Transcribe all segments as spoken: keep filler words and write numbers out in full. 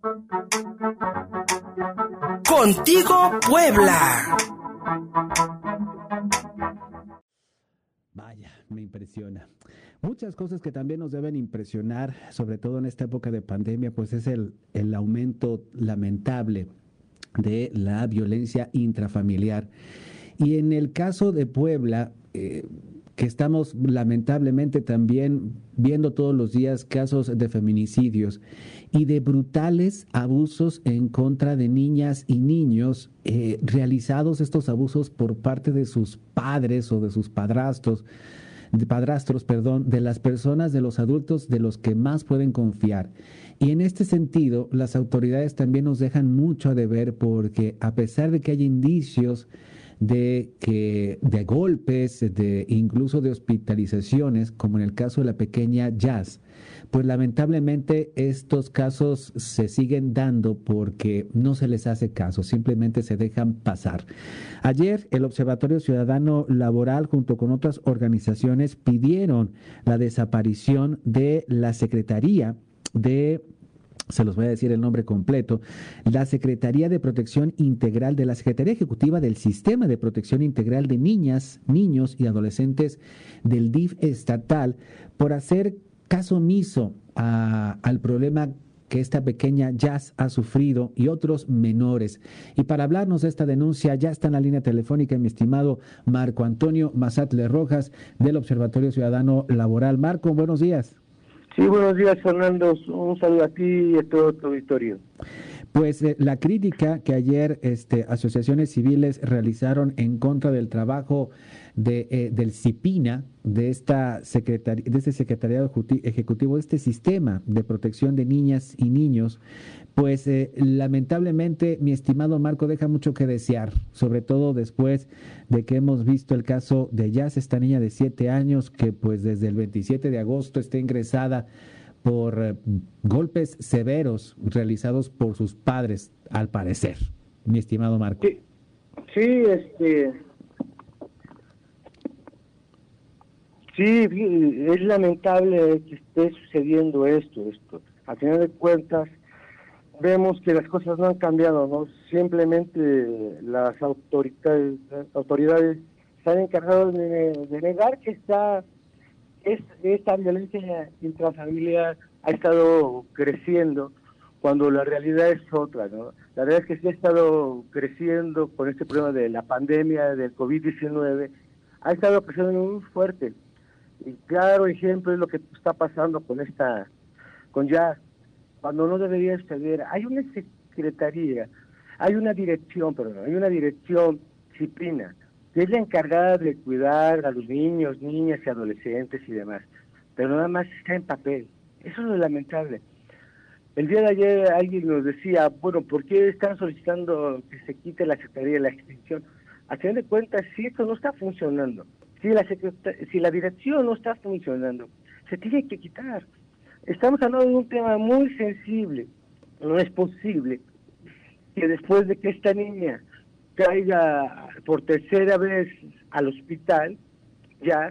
Contigo Puebla. Vaya, me impresiona. Muchas cosas que también nos deben impresionar, sobre todo en esta época de pandemia, pues es el, el aumento lamentable de la violencia intrafamiliar. Y en el caso de Puebla, eh, que estamos lamentablemente también viendo todos los días casos de feminicidios y de brutales abusos en contra de niñas y niños, eh, realizados estos abusos por parte de sus padres o de sus padrastros, de padrastros, perdón, de las personas, de los adultos, de los que más pueden confiar. Y en este sentido, las autoridades también nos dejan mucho a deber porque a pesar de que hay indicios de que de golpes, de incluso de hospitalizaciones, como en el caso de la pequeña Jazz, pues lamentablemente estos casos se siguen dando porque no se les hace caso, simplemente se dejan pasar. Ayer el Observatorio Ciudadano Laboral junto con otras organizaciones pidieron la desaparición de la Secretaría de se los voy a decir el nombre completo, la Secretaría de Protección Integral de la Secretaría Ejecutiva del Sistema de Protección Integral de Niñas, Niños y Adolescentes del D I F estatal por hacer caso omiso a, al problema que esta pequeña Jazz ha sufrido y otros menores. Y para hablarnos de esta denuncia ya está en la línea telefónica mi estimado Marco Antonio Mazatle Rojas del Observatorio Ciudadano Laboral. Marco, buenos días. Sí, buenos días, Fernando. Un saludo a ti y a todo tu auditorio. Pues eh, la crítica que ayer este, asociaciones civiles realizaron en contra del trabajo de, eh, del CIPINA, de, esta secretari de este Secretariado Ejecutivo, de este sistema de protección de niñas y niños, pues eh, lamentablemente, mi estimado Marco, deja mucho que desear, sobre todo después de que hemos visto el caso de Jazz, esta niña de siete años que pues desde el veintisiete de agosto está ingresada por eh, golpes severos realizados por sus padres, al parecer, mi estimado Marco. Sí, sí, este, sí, es lamentable que esté sucediendo esto, esto. A final de cuentas, vemos que las cosas no han cambiado, ¿no? Simplemente las autoridades, las autoridades se han encargado de, de negar que está es, esta violencia intrafamiliar ha estado creciendo cuando la realidad es otra, ¿no? La verdad es que sí ha estado creciendo con este problema de la pandemia del COVID diecinueve, ha estado creciendo muy fuerte. Y claro ejemplo es lo que está pasando con esta, con ya, cuando no debería suceder. Hay una secretaría, hay una dirección, perdón, hay una dirección CIPINA, que es la encargada de cuidar a los niños, niñas y adolescentes y demás, pero nada más está en papel. Eso es lo lamentable. El día de ayer alguien nos decía, bueno, ¿por qué están solicitando que se quite la Secretaría de la Extinción? A fin de cuentas, si esto no está funcionando, si la, si la dirección no está funcionando, se tiene que quitar. Estamos hablando de un tema muy sensible. No es posible que después de que esta niña caiga por tercera vez al hospital, ya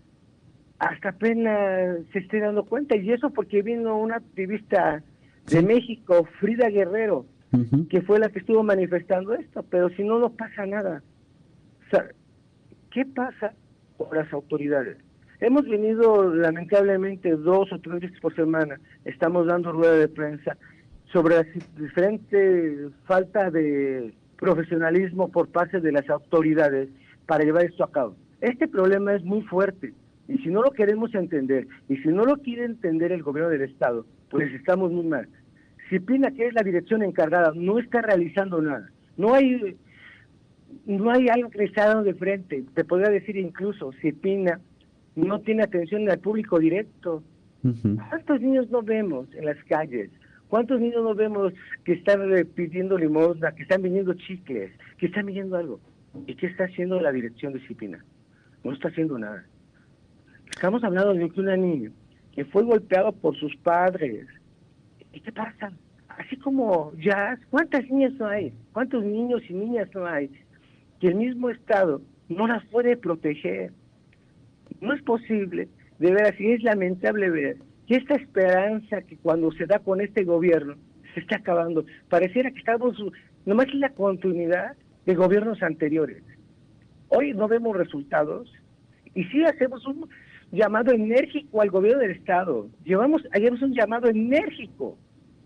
hasta apenas se esté dando cuenta, y eso porque vino una activista de sí. México, Frida Guerrero, uh-huh. que fue la que estuvo manifestando esto, pero si no, no pasa nada. O sea, ¿qué pasa con las autoridades? Hemos venido, lamentablemente, dos o tres veces por semana, estamos dando rueda de prensa sobre la diferente falta de profesionalismo por parte de las autoridades para llevar esto a cabo. Este problema es muy fuerte, y si no lo queremos entender, y si no lo quiere entender el gobierno del Estado, pues estamos muy mal. CIPINA, que es la dirección encargada, no está realizando nada. No hay no hay algo que está dando de frente. Te podría decir incluso, CIPINA no tiene atención al público directo. Uh-huh. ¿Cuántos niños no vemos en las calles? ¿Cuántos niños no vemos que están pidiendo limosna, que están vendiendo chicles, que están vendiendo algo? ¿Y qué está haciendo la dirección de CIPINA? No está haciendo nada. Estamos hablando de una niña que fue golpeada por sus padres. ¿Y qué pasa? Así como ya, ¿cuántas niñas no hay? ¿Cuántos niños y niñas no hay? Que el mismo Estado no las puede proteger. No es posible, de veras, y es lamentable ver que esta esperanza que cuando se da con este gobierno se está acabando. Pareciera que estamos, nomás es la continuidad de gobiernos anteriores. Hoy no vemos resultados y sí hacemos un llamado enérgico al gobierno del Estado. Llevamos, ayer un llamado enérgico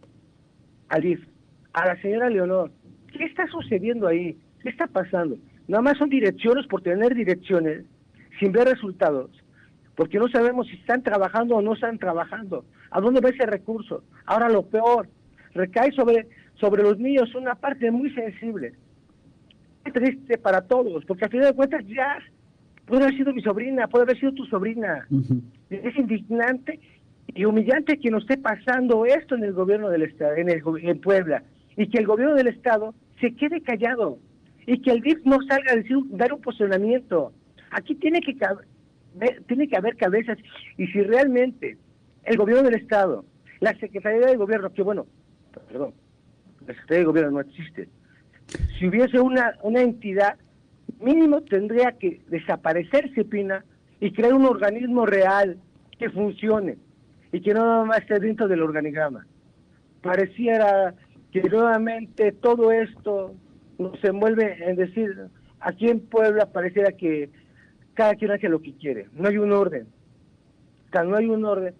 al I F, a la señora Leonor. ¿Qué está sucediendo ahí? ¿Qué está pasando? Nada más son direcciones por tener direcciones sin ver resultados, porque no sabemos si están trabajando o no están trabajando. ¿A dónde va ese recurso? Ahora lo peor, recae sobre, sobre los niños, una parte muy sensible. Es triste para todos, porque al final de cuentas ya puede haber sido mi sobrina, puede haber sido tu sobrina. Uh-huh. Es indignante y humillante que nos esté pasando esto en el gobierno del Estado, en, el, en Puebla, y que el gobierno del Estado se quede callado, y que el D I F no salga a decir, dar un posicionamiento. Aquí tiene que, tiene que haber cabezas, y si realmente el gobierno del Estado, la Secretaría de Gobierno, que bueno, perdón, la Secretaría de Gobierno no existe, si hubiese una, una entidad, mínimo tendría que desaparecer CEPINA y crear un organismo real que funcione y que no nada más esté dentro del organigrama. Pareciera que nuevamente todo esto nos envuelve en decir, aquí en Puebla pareciera que cada quien hace lo que quiere, no hay un orden, no hay un orden.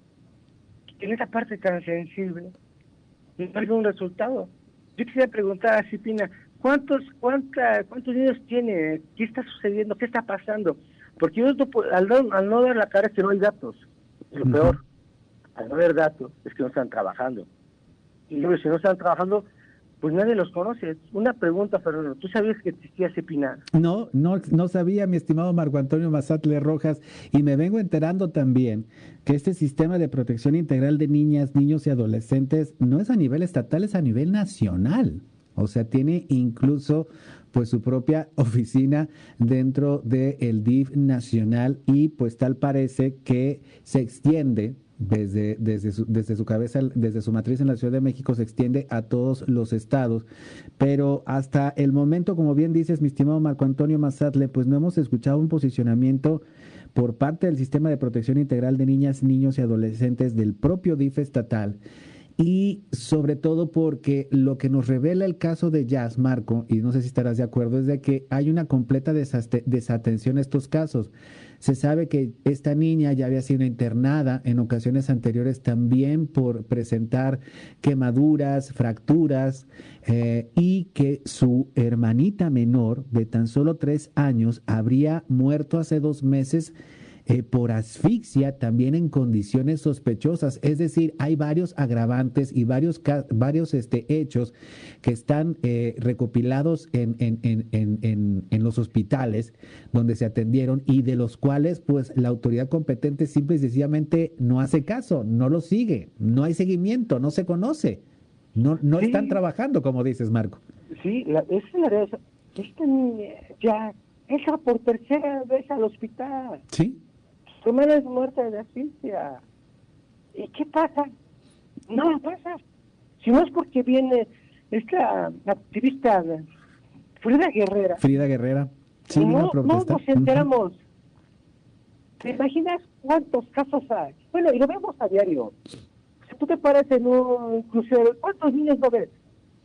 En esa parte tan sensible, no hay un resultado. Yo quisiera preguntar a Cipina, ¿cuántos cuánta, cuántos niños tiene? ¿Qué está sucediendo? ¿Qué está pasando? Porque yo no, al, no, al no dar la cara es que no hay datos. Lo uh-huh. peor, al no haber datos es que no están trabajando. Y luego, si no están trabajando, pues nadie los conoce. Una pregunta, Fernando, ¿tú sabías que existía Cipina? No, no, no sabía, mi estimado Marco Antonio Mazatle Rojas, y me vengo enterando también que este sistema de protección integral de niñas, niños y adolescentes no es a nivel estatal, es a nivel nacional. O sea, tiene incluso pues su propia oficina dentro del D I F nacional, y pues tal parece que se extiende desde, desde, su, desde su cabeza, desde su matriz en la Ciudad de México, se extiende a todos los estados. Pero hasta el momento, como bien dices, mi estimado Marco Antonio Mazatle, pues no hemos escuchado un posicionamiento por parte del Sistema de Protección Integral de Niñas, Niños y Adolescentes del propio D I F estatal. Y sobre todo porque lo que nos revela el caso de Jazz, Marco, y no sé si estarás de acuerdo, es de que hay una completa desatención a estos casos. Se sabe que esta niña ya había sido internada en ocasiones anteriores también por presentar quemaduras, fracturas, eh, y que su hermanita menor de tan solo tres años habría muerto hace dos meses Eh, por asfixia, también en condiciones sospechosas. Es decir, hay varios agravantes y varios, varios este, hechos que están eh, recopilados en, en, en, en, en, en los hospitales donde se atendieron, y de los cuales pues la autoridad competente simple y sencillamente no hace caso, no lo sigue, no hay seguimiento, no se conoce, no, no sí. están trabajando, como dices, Marco. Sí, la, es la de esa, esta niña ya esa por tercera vez al hospital. Sí. Su hermana es muerta de asfixia. ¿Y qué pasa? No pasa. Si no es porque viene esta activista Frida Guerrera. Frida Guerrera. Sí, no, no nos enteramos. Uh-huh. ¿Te imaginas cuántos casos hay? Bueno, y lo vemos a diario. Si tú te paras en un crucero, ¿cuántos niños lo ves?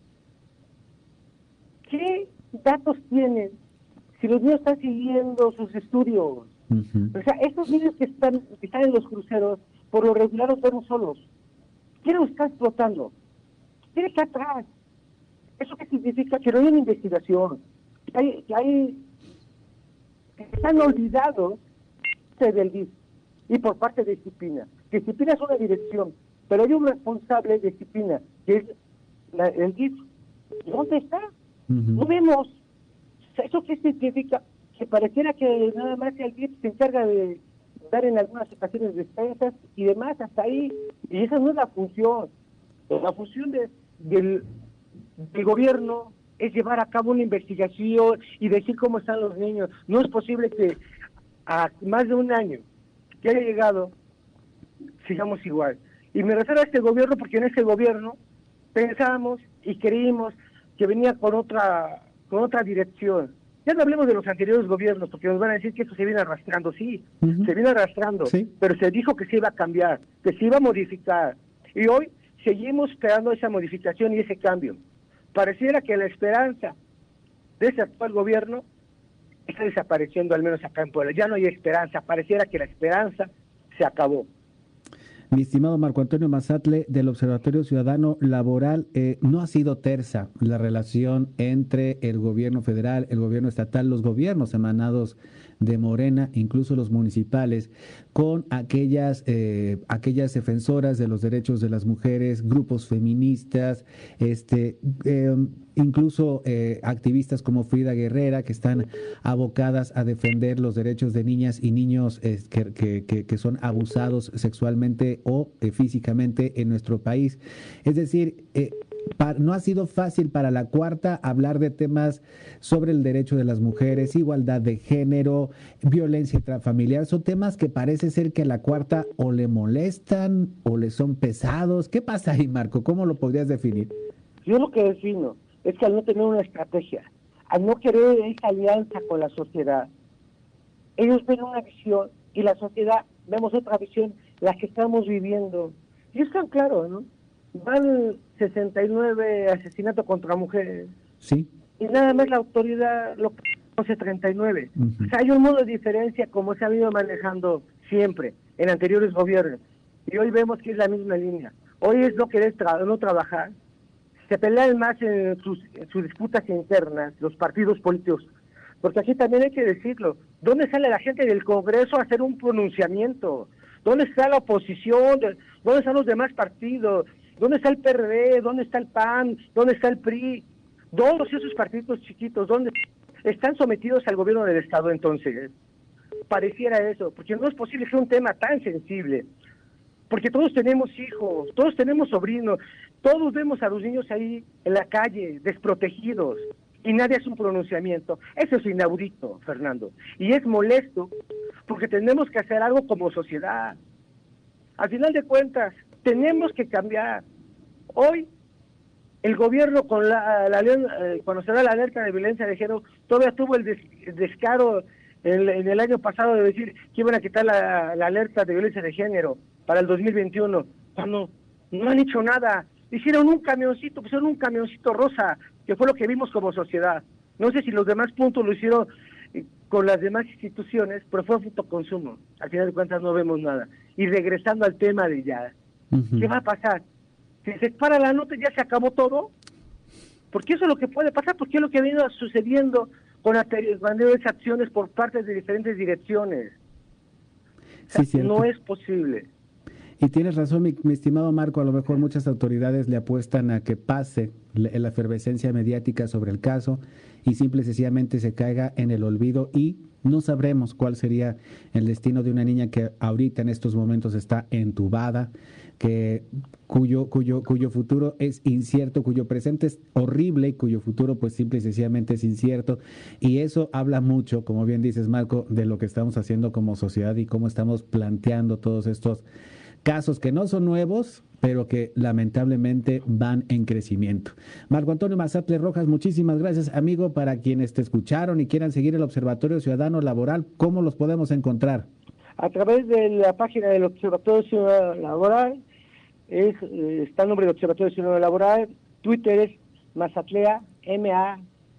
¿Qué datos tienen si los niños están siguiendo sus estudios? Uh-huh. O sea, estos niños que están, que están en los cruceros, por lo regular los vemos solos. ¿Quién los está explotando? ¿Quién está atrás? ¿Eso qué significa? Que no hay una investigación. Que hay, que hay, que están olvidados del D I F y por parte de Disciplina. Que Disciplina es una dirección, pero hay un responsable de Disciplina, que es la, el D I F. ¿Dónde está? Uh-huh. No vemos. ¿Eso qué significa? Que pareciera que nada más el D I F se encarga de dar en algunas ocasiones despensas y demás, hasta ahí, y esa no es la función. La función de, del, del gobierno es llevar a cabo una investigación y decir cómo están los niños. No es posible que a más de un año que haya llegado, sigamos igual. Y me refiero a este gobierno porque en este gobierno pensamos y creímos que venía con otra, con otra dirección. Ya no hablemos de los anteriores gobiernos, porque nos van a decir que esto se viene arrastrando. Sí, uh-huh. se viene arrastrando, sí. Pero se dijo que se iba a cambiar, que se iba a modificar. Y hoy seguimos esperando esa modificación y ese cambio. Pareciera que la esperanza de ese actual gobierno está desapareciendo, al menos acá en Puebla. Ya no hay esperanza, pareciera que la esperanza se acabó. Mi estimado Marco Antonio Mazatle, del Observatorio Ciudadano Laboral, eh, no ha sido tersa la relación entre el gobierno federal, el gobierno estatal, los gobiernos emanados de Morena, incluso los municipales, con aquellas, eh, aquellas defensoras de los derechos de las mujeres, grupos feministas, este, eh, incluso eh, activistas como Frida Guerrera, que están abocadas a defender los derechos de niñas y niños eh, que, que, que, que son abusados sexualmente o eh, físicamente en nuestro país. Es decir, eh, Para, no ha sido fácil para la Cuarta hablar de temas sobre el derecho de las mujeres, igualdad de género, violencia intrafamiliar. Son temas que parece ser que a la Cuarta o le molestan o le son pesados. ¿Qué pasa ahí, Marco? ¿Cómo lo podrías definir? Yo lo que defino es que al no tener una estrategia, al no querer esa alianza con la sociedad, ellos ven una visión y la sociedad vemos otra visión, la que estamos viviendo. Y es tan claro, ¿no? Van sesenta y nueve asesinatos contra mujeres. Sí. Y nada más la autoridad lo conoce treinta y nueve. Uh-huh. O sea, hay un modo de diferencia como se ha venido manejando siempre en anteriores gobiernos. Y hoy vemos que es la misma línea. Hoy es no querer tra- no trabajar. Se pelean más en sus, en sus disputas internas, los partidos políticos. Porque aquí también hay que decirlo. ¿Dónde sale la gente del Congreso a hacer un pronunciamiento? ¿Dónde está la oposición? ¿Dónde están los demás partidos? ¿Dónde está el P R D? ¿Dónde está el P A N? ¿Dónde está el P R I? Todos esos partidos chiquitos, ¿dónde están sometidos al gobierno del Estado entonces? Pareciera eso, porque no es posible que un tema tan sensible, porque todos tenemos hijos, todos tenemos sobrinos, todos vemos a los niños ahí en la calle, desprotegidos, y nadie hace un pronunciamiento. Eso es inaudito, Fernando, y es molesto, porque tenemos que hacer algo como sociedad. Al final de cuentas, tenemos que cambiar. Hoy, el gobierno, con la, la eh, cuando se da la alerta de violencia de género, todavía tuvo el, des, el descaro en, en el año pasado de decir que iban a quitar la, la alerta de violencia de género para el dos mil veintiuno, cuando no han hecho nada. Hicieron un camioncito, pusieron un camioncito rosa, que fue lo que vimos como sociedad. No sé si los demás puntos lo hicieron eh, con las demás instituciones, pero fue autoconsumo. Al final de cuentas no vemos nada. Y regresando al tema de ya, uh-huh. ¿Qué va a pasar? Si se para la nota, ¿ya se acabó todo? Porque eso es lo que puede pasar, porque es lo que ha venido sucediendo con anteriores acciones por parte de diferentes direcciones. O sea, sí, no es posible. Y tienes razón, mi, mi estimado Marco, a lo mejor muchas autoridades le apuestan a que pase la, la efervescencia mediática sobre el caso y simple y sencillamente se caiga en el olvido y no sabremos cuál sería el destino de una niña que ahorita en estos momentos está entubada, que cuyo cuyo cuyo futuro es incierto, cuyo presente es horrible y cuyo futuro pues simple y sencillamente es incierto. Y eso habla mucho, como bien dices, Marco, de lo que estamos haciendo como sociedad y cómo estamos planteando todos estos casos que no son nuevos, pero que lamentablemente van en crecimiento. Marco Antonio Mazatle Rojas, muchísimas gracias, amigo. Para quienes te escucharon y quieran seguir el Observatorio Ciudadano Laboral, ¿cómo los podemos encontrar? A través de la página del Observatorio Ciudadano Laboral, es, está el nombre del Observatorio Ciudadano Laboral, Twitter es Mazatlea, M A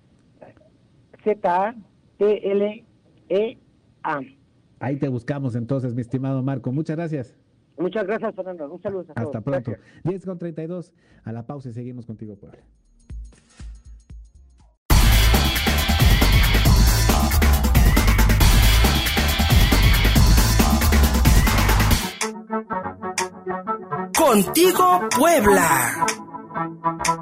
Z A T L E A. Ahí te buscamos entonces, mi estimado Marco. Muchas gracias. Muchas gracias, Fernando. Un saludo a todos. Hasta pronto. Gracias. diez con treinta y dos, a la pausa y seguimos contigo, Puebla. Contigo, Puebla.